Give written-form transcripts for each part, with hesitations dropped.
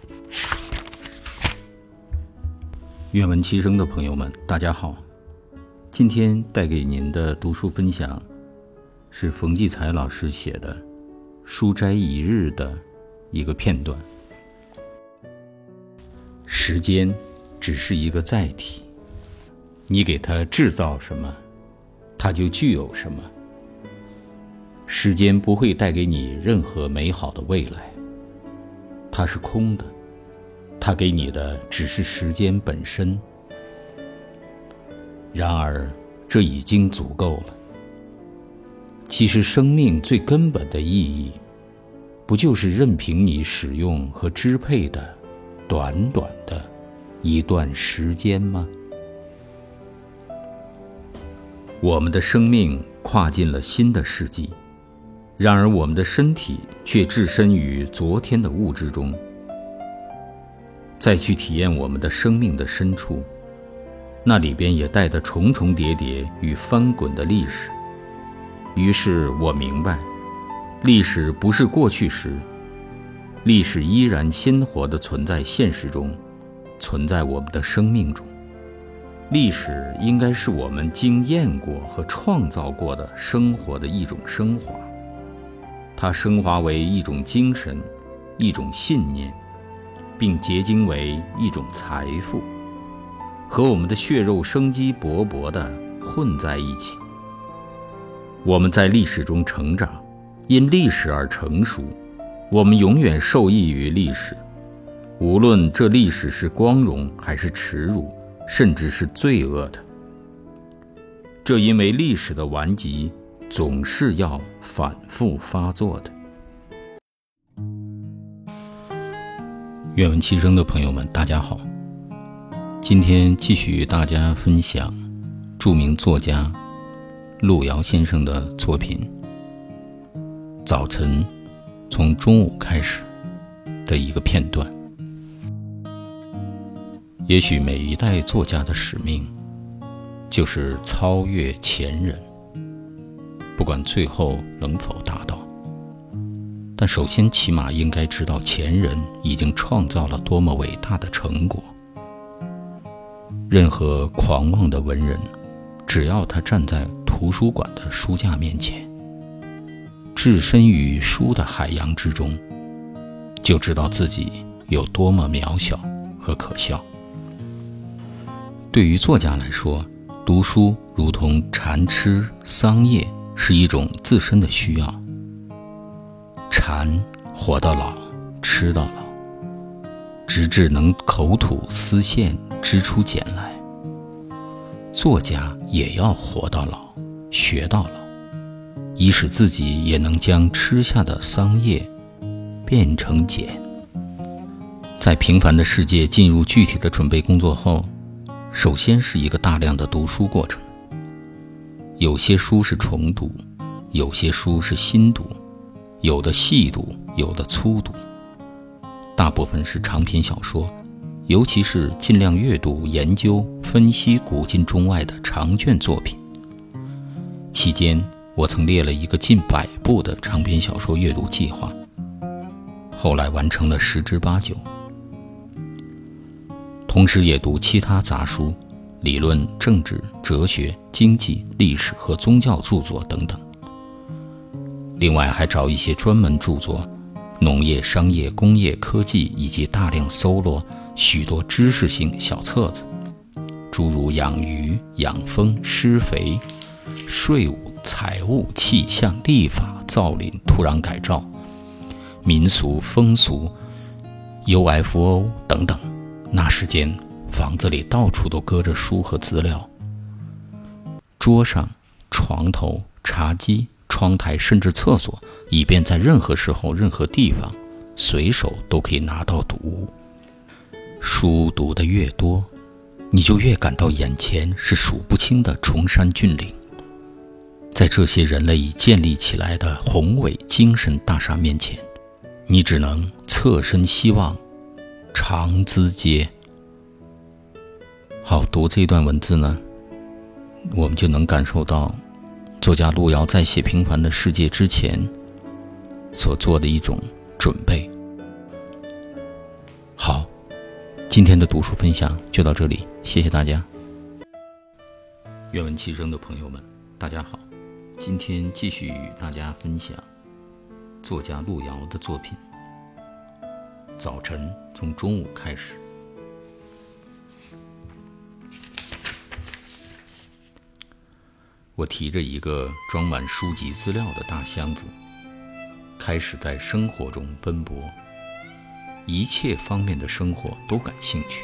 愿闻其声的朋友们，大家好。今天带给您的读书分享是冯骥才老师写的《书斋一日》的一个片段。时间只是一个载体，你给它制造什么，它就具有什么。时间不会带给你任何美好的未来，它是空的，它给你的只是时间本身。然而，这已经足够了。其实生命最根本的意义，不就是任凭你使用和支配的短短的一段时间吗？我们的生命跨进了新的世纪，然而我们的身体却置身于昨天的物质中。再去体验我们的生命的深处，那里边也带着重重叠叠与翻滚的历史。于是我明白，历史不是过去时，历史依然鲜活地存在现实中，存在我们的生命中。历史应该是我们经验过和创造过的生活的一种升华，它升华为一种精神，一种信念，并结晶为一种财富，和我们的血肉生机勃勃地混在一起。我们在历史中成长，因历史而成熟，我们永远受益于历史，无论这历史是光荣还是耻辱，甚至是罪恶的。这因为历史的顽疾总是要反复发作的。愿闻其声的朋友们，大家好。今天继续与大家分享著名作家路遥先生的作品《早晨从中午开始》的一个片段。也许每一代作家的使命就是超越前人，不管最后能否达到，但首先起码应该知道前人已经创造了多么伟大的成果。任何狂妄的文人，只要他站在图书馆的书架面前，置身于书的海洋之中，就知道自己有多么渺小和可笑。对于作家来说，读书如同蚕吃桑叶，是一种自身的需要。蚕活到老，吃到老，直至能口吐丝线，织出茧来。作家也要活到老，学到老，以使自己也能将吃下的桑叶变成茧。在平凡的世界进入具体的准备工作后，首先是一个大量的读书过程。有些书是重读，有些书是新读，有的细读，有的粗读。大部分是长篇小说，尤其是尽量阅读、研究、分析古今中外的长卷作品。期间，我曾列了一个近100部的长篇小说阅读计划，后来完成了10之8九。同时也读其他杂书，理论、政治、哲学、经济、历史和宗教著作等等。另外还找一些专门著作，农业、商业、工业、科技，以及大量搜罗许多知识性小册子，诸如养鱼、养蜂、施肥、税务、财务、气象、立法、造林、土壤改造、民俗、风俗、UFO 等等。那时间，房子里到处都搁着书和资料，桌上、床头、茶几、窗台，甚至厕所，以便在任何时候、任何地方，随手都可以拿到读物。书读得越多，你就越感到眼前是数不清的崇山峻岭。在这些人类已建立起来的宏伟精神大厦面前，你只能侧身希望，长咨嗟。好，读这一段文字呢，我们就能感受到作家路遥在写《平凡的世界》之前所做的一种准备。 今天的读书分享就到这里，谢谢大家。愿闻其声的朋友们，大家好，今天继续与大家分享作家路遥的作品《早晨从中午开始》。我提着一个装满书籍资料的大箱子，开始在生活中奔波，一切方面的生活都感兴趣。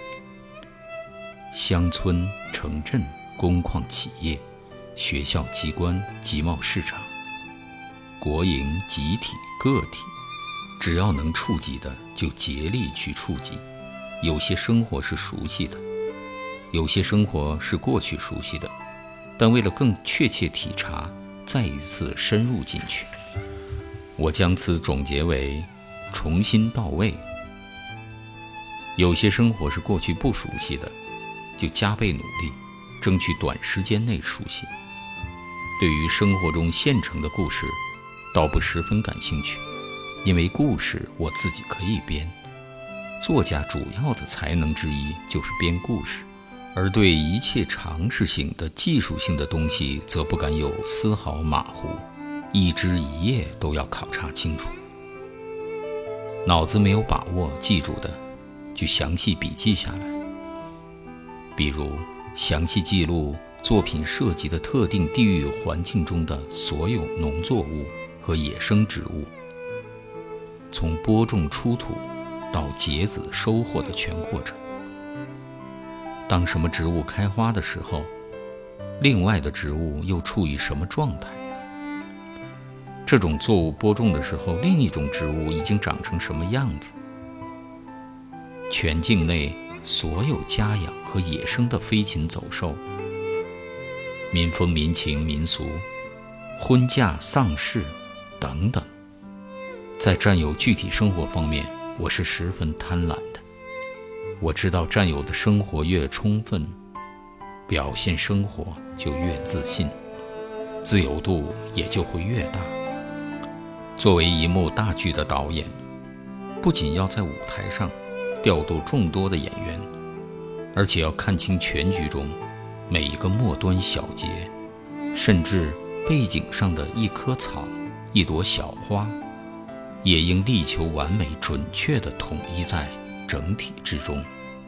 乡村、城镇、工矿企业、学校机关、集贸市场、国营、集体、个体，只要能触及的就竭力去触及。有些生活是熟悉的，有些生活是过去熟悉的，但为了更确切体察，再一次深入进去。我将此总结为重新到位。有些生活是过去不熟悉的，就加倍努力，争取短时间内熟悉。对于生活中现成的故事，倒不十分感兴趣，因为故事我自己可以编。作家主要的才能之一就是编故事，而对一切常识性的技术性的东西则不敢有丝毫马虎，一枝一叶都要考察清楚。脑子没有把握记住的，就详细笔记下来，比如详细记录作品涉及的特定地域环境中的所有农作物和野生植物，从播种出土到结籽收获的全过程。当什么植物开花的时候，另外的植物又处于什么状态？这种作物播种的时候，另一种植物已经长成什么样子？全境内所有家养和野生的飞禽走兽，民风民情民俗，婚嫁丧事等等，在占有具体生活方面，我是十分贪婪的。我知道占有的生活越充分，表现生活就越自信，自由度也就会越大。作为一幕大剧的导演，不仅要在舞台上调度众多的演员，而且要看清全局中每一个末端小节，甚至背景上的一棵草、一朵小花，也应力求完美准确地统一在整体之中。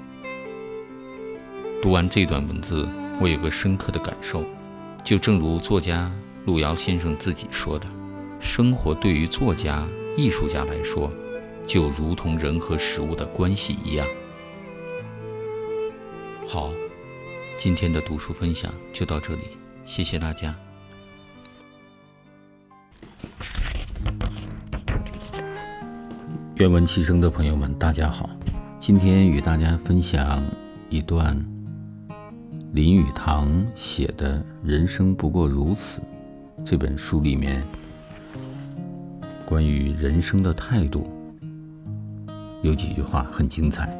读完这段文字，我有个深刻的感受，就正如作家路遥先生自己说的，生活对于作家、艺术家来说，就如同人和食物的关系一样。好，今天的读书分享就到这里，谢谢大家。愿闻其声的朋友们，大家好，今天与大家分享一段林语堂写的《人生不过如此》这本书里面关于人生的态度，有几句话很精彩。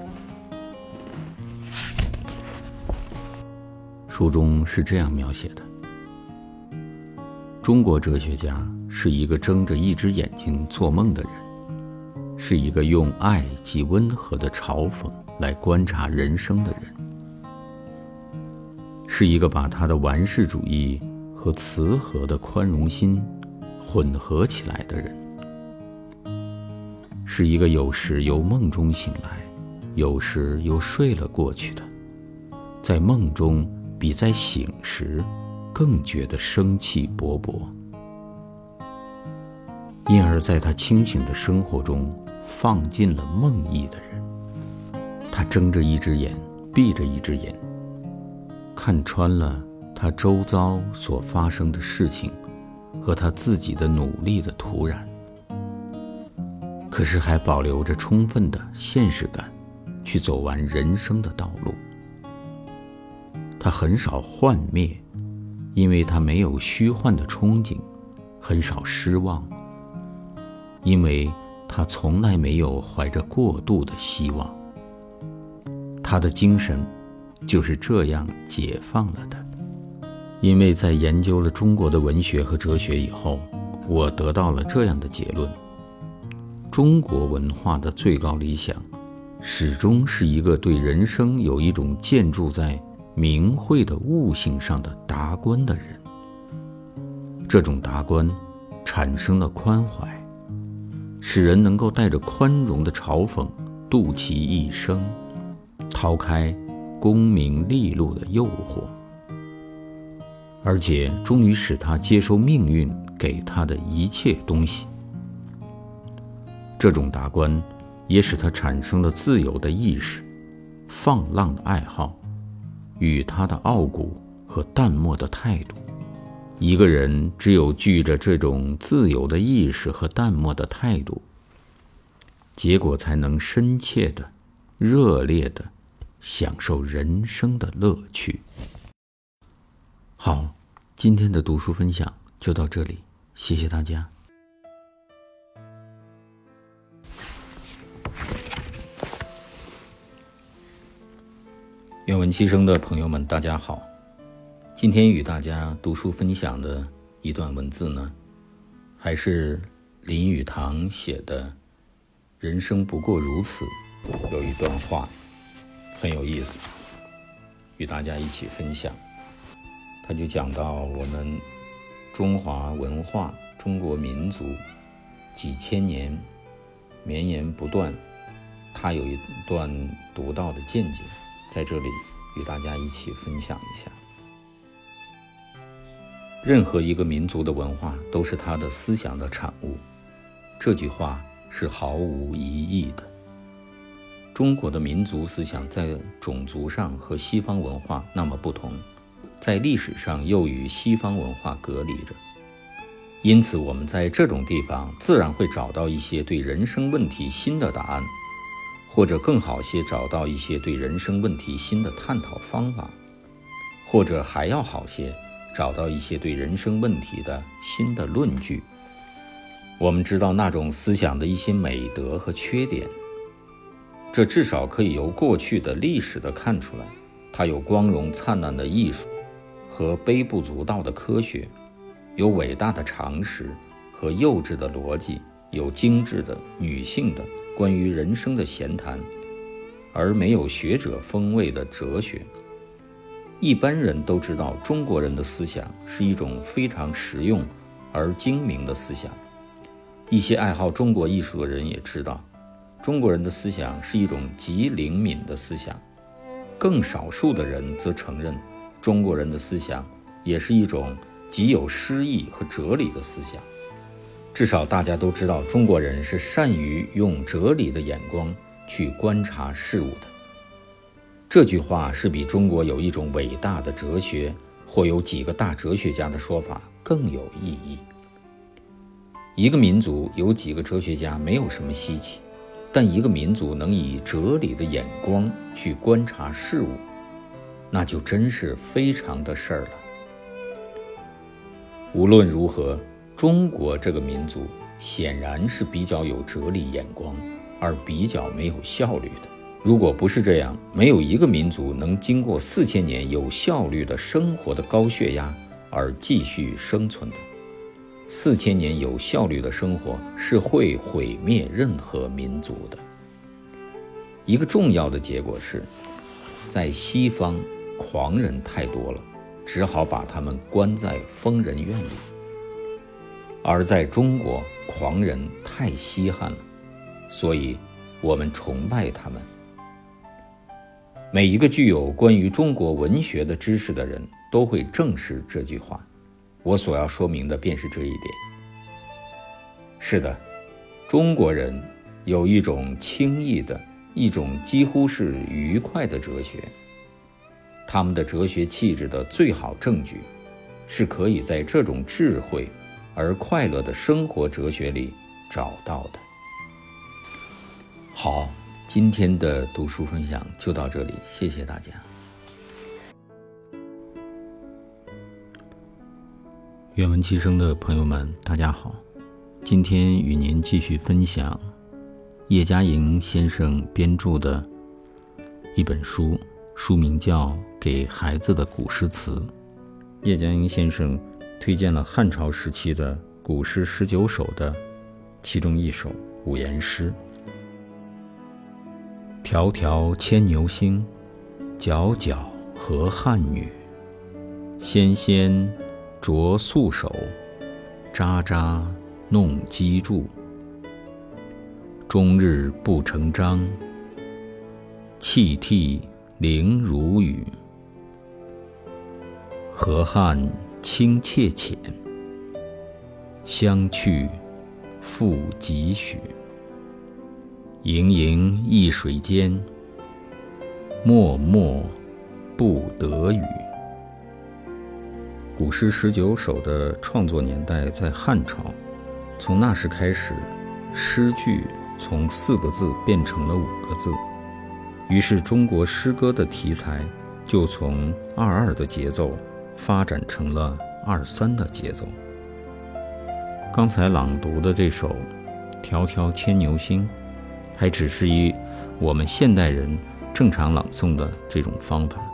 书中是这样描写的：中国哲学家是一个睁着一只眼睛做梦的人，是一个用爱及温和的嘲讽来观察人生的人，是一个把他的完世主义和慈和的宽容心混合起来的人，是一个有时由梦中醒来，有时又睡了过去的，在梦中比在醒时更觉得生气勃勃，因而在他清醒的生活中放进了梦呓的人。他睁着一只眼，闭着一只眼，看穿了他周遭所发生的事情和他自己的努力的突然，可是还保留着充分的现实感去走完人生的道路。他很少幻灭，因为他没有虚幻的憧憬；很少失望，因为他从来没有怀着过度的希望。他的精神就是这样解放了的。因为在研究了中国的文学和哲学以后，我得到了这样的结论：中国文化的最高理想始终是一个对人生有一种建筑在明慧的悟性上的达观的人。这种达观产生了宽怀，使人能够带着宽容的嘲讽度其一生，逃开功名利禄的诱惑，而且终于使他接受命运给他的一切东西。这种达观也使他产生了自由的意识、放浪的爱好与他的傲骨和淡漠的态度。一个人只有具着这种自由的意识和淡漠的态度，结果才能深切的、热烈的享受人生的乐趣。好，今天的读书分享就到这里，谢谢大家。愿闻其声的朋友们，大家好。今天与大家读书分享的一段文字呢，还是林语堂写的《人生不过如此》，有一段话很有意思，与大家一起分享。他就讲到我们中华文化、中国民族几千年绵延不断，他有一段独到的见解，在这里与大家一起分享一下。任何一个民族的文化都是它的思想的产物，这句话是毫无疑义的。中国的民族思想在种族上和西方文化那么不同，在历史上又与西方文化隔离着，因此我们在这种地方自然会找到一些对人生问题新的答案，或者更好些找到一些对人生问题新的探讨方法，或者还要好些找到一些对人生问题的新的论据。我们知道那种思想的一些美德和缺点，这至少可以由过去的历史的看出来。它有光荣灿烂的艺术和微不足道的科学，有伟大的常识和幼稚的逻辑，有精致的女性的关于人生的闲谈，而没有学者风味的哲学。一般人都知道中国人的思想是一种非常实用而精明的思想，一些爱好中国艺术的人也知道中国人的思想是一种极灵敏的思想，更少数的人则承认中国人的思想也是一种极有诗意和哲理的思想。至少大家都知道中国人是善于用哲理的眼光去观察事物的。这句话是比中国有一种伟大的哲学或有几个大哲学家的说法更有意义。一个民族有几个哲学家没有什么稀奇，但一个民族能以哲理的眼光去观察事物，那就真是非常的事儿了。无论如何，中国这个民族显然是比较有哲理眼光，而比较没有效率的。如果不是这样，没有一个民族能经过4000年有效率的生活的高血压而继续生存的。4000年有效率的生活是会毁灭任何民族的。一个重要的结果是，在西方狂人太多了，只好把他们关在疯人院里；而在中国狂人太稀罕了，所以我们崇拜他们。每一个具有关于中国文学的知识的人都会证实这句话，我所要说明的便是这一点。是的，中国人有一种轻易的，一种几乎是愉快的哲学，他们的哲学气质的最好证据是可以在这种智慧而快乐的生活哲学里找到的。好，今天的读书分享就到这里，谢谢大家。愿闻其声的朋友们，大家好。今天与您继续分享叶嘉莹先生编著的一本书，书名叫《给孩子的古诗词》。叶嘉莹先生推荐了汉朝时期的古诗19首的其中一首五言诗。 迢迢牵牛星，皎皎河汉女。纤纤擢素手，札札弄机杼。终日不成章，泣涕零如雨。河汉清切浅，相去复几许。盈盈一水间，脉脉不得语。古诗19首的创作年代在汉朝，从那时开始，诗句从4个字变成了5个字，于是中国诗歌的题材就从2-2的节奏发展成了2-3的节奏。刚才朗读的这首《迢迢牵牛星》，还只是以我们现代人正常朗诵的这种方法。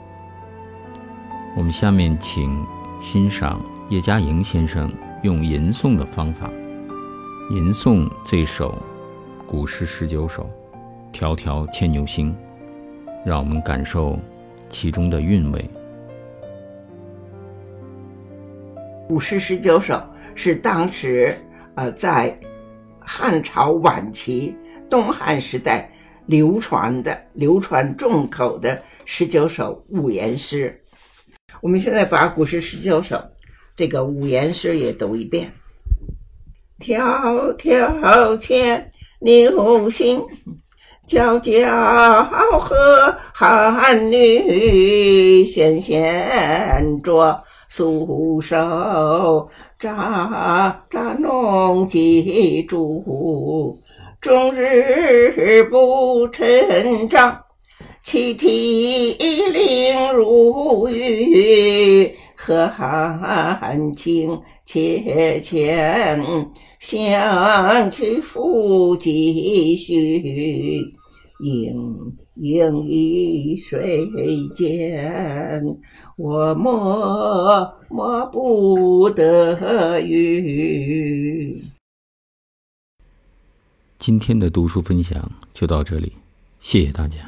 我们下面请欣赏叶嘉莹先生用吟诵的方法吟诵这首古诗19首《迢迢牵牛星》，让我们感受其中的韵味。 古诗19首是当时在汉朝晚期东汉时代流传众口的19首五言诗。我们现在把古诗19首这个五言诗也读一遍。迢迢牵牛星，皎皎河汉女。纤纤擢素手，札札弄机杼。终日不成章，泣涕零如雨。河汉清切浅，相去复几许。盈盈一水间，脉脉不得语。 今天的读书分享就到这里，谢谢大家。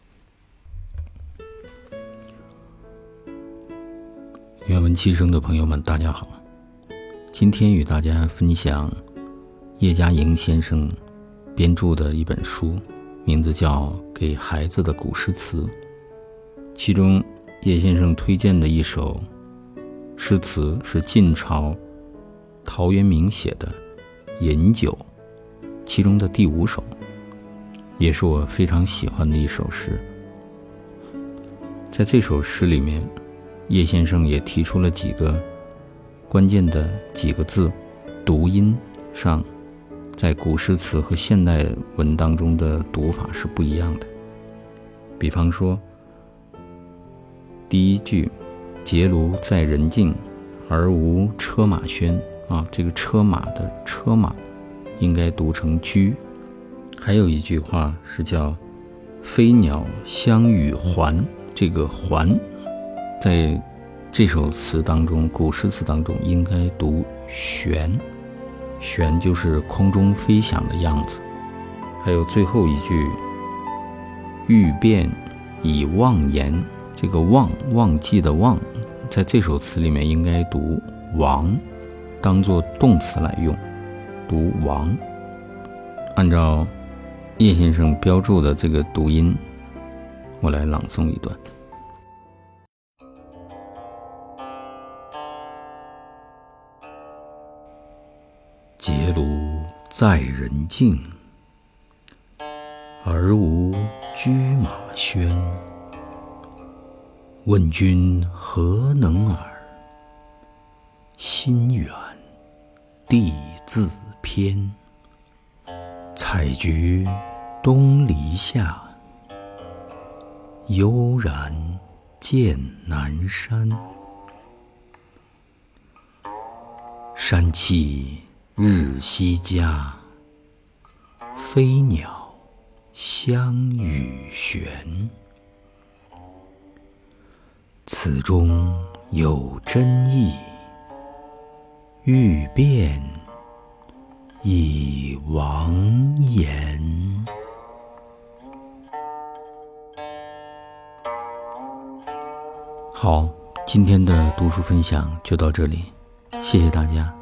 愿闻其声的朋友们，大家好。今天与大家分享叶嘉莹先生编著的一本书，名字叫《给孩子的古诗词》。其中叶先生推荐的一首诗词是晋朝陶渊明写的《饮酒》，其中的第5首，也是我非常喜欢的一首诗。在这首诗里面，叶先生也提出了几个关键的几个字，读音上在古诗词和现代文当中的读法是不一样的。比方说第一句结庐在人境，而无车马喧这个车马的车马应该读成居。还有一句话是叫飞鸟相与还，这个还在这首词当中，古诗词当中应该读旋，旋就是空中飞翔的样子。还有最后一句欲辨以忘言，这个忘记的忘，在这首词里面应该读亡，当作动词来用，读亡。按照叶先生标注的这个读音，我来朗诵一段。结庐在人境，而无车马喧。问君何能尔？心远地自偏。采菊东篱下，悠然见南山。山气日夕佳，飞鸟相与旋。此中有真意，欲辨以忘言。 好，今天的读书分享就到这里，谢谢大家。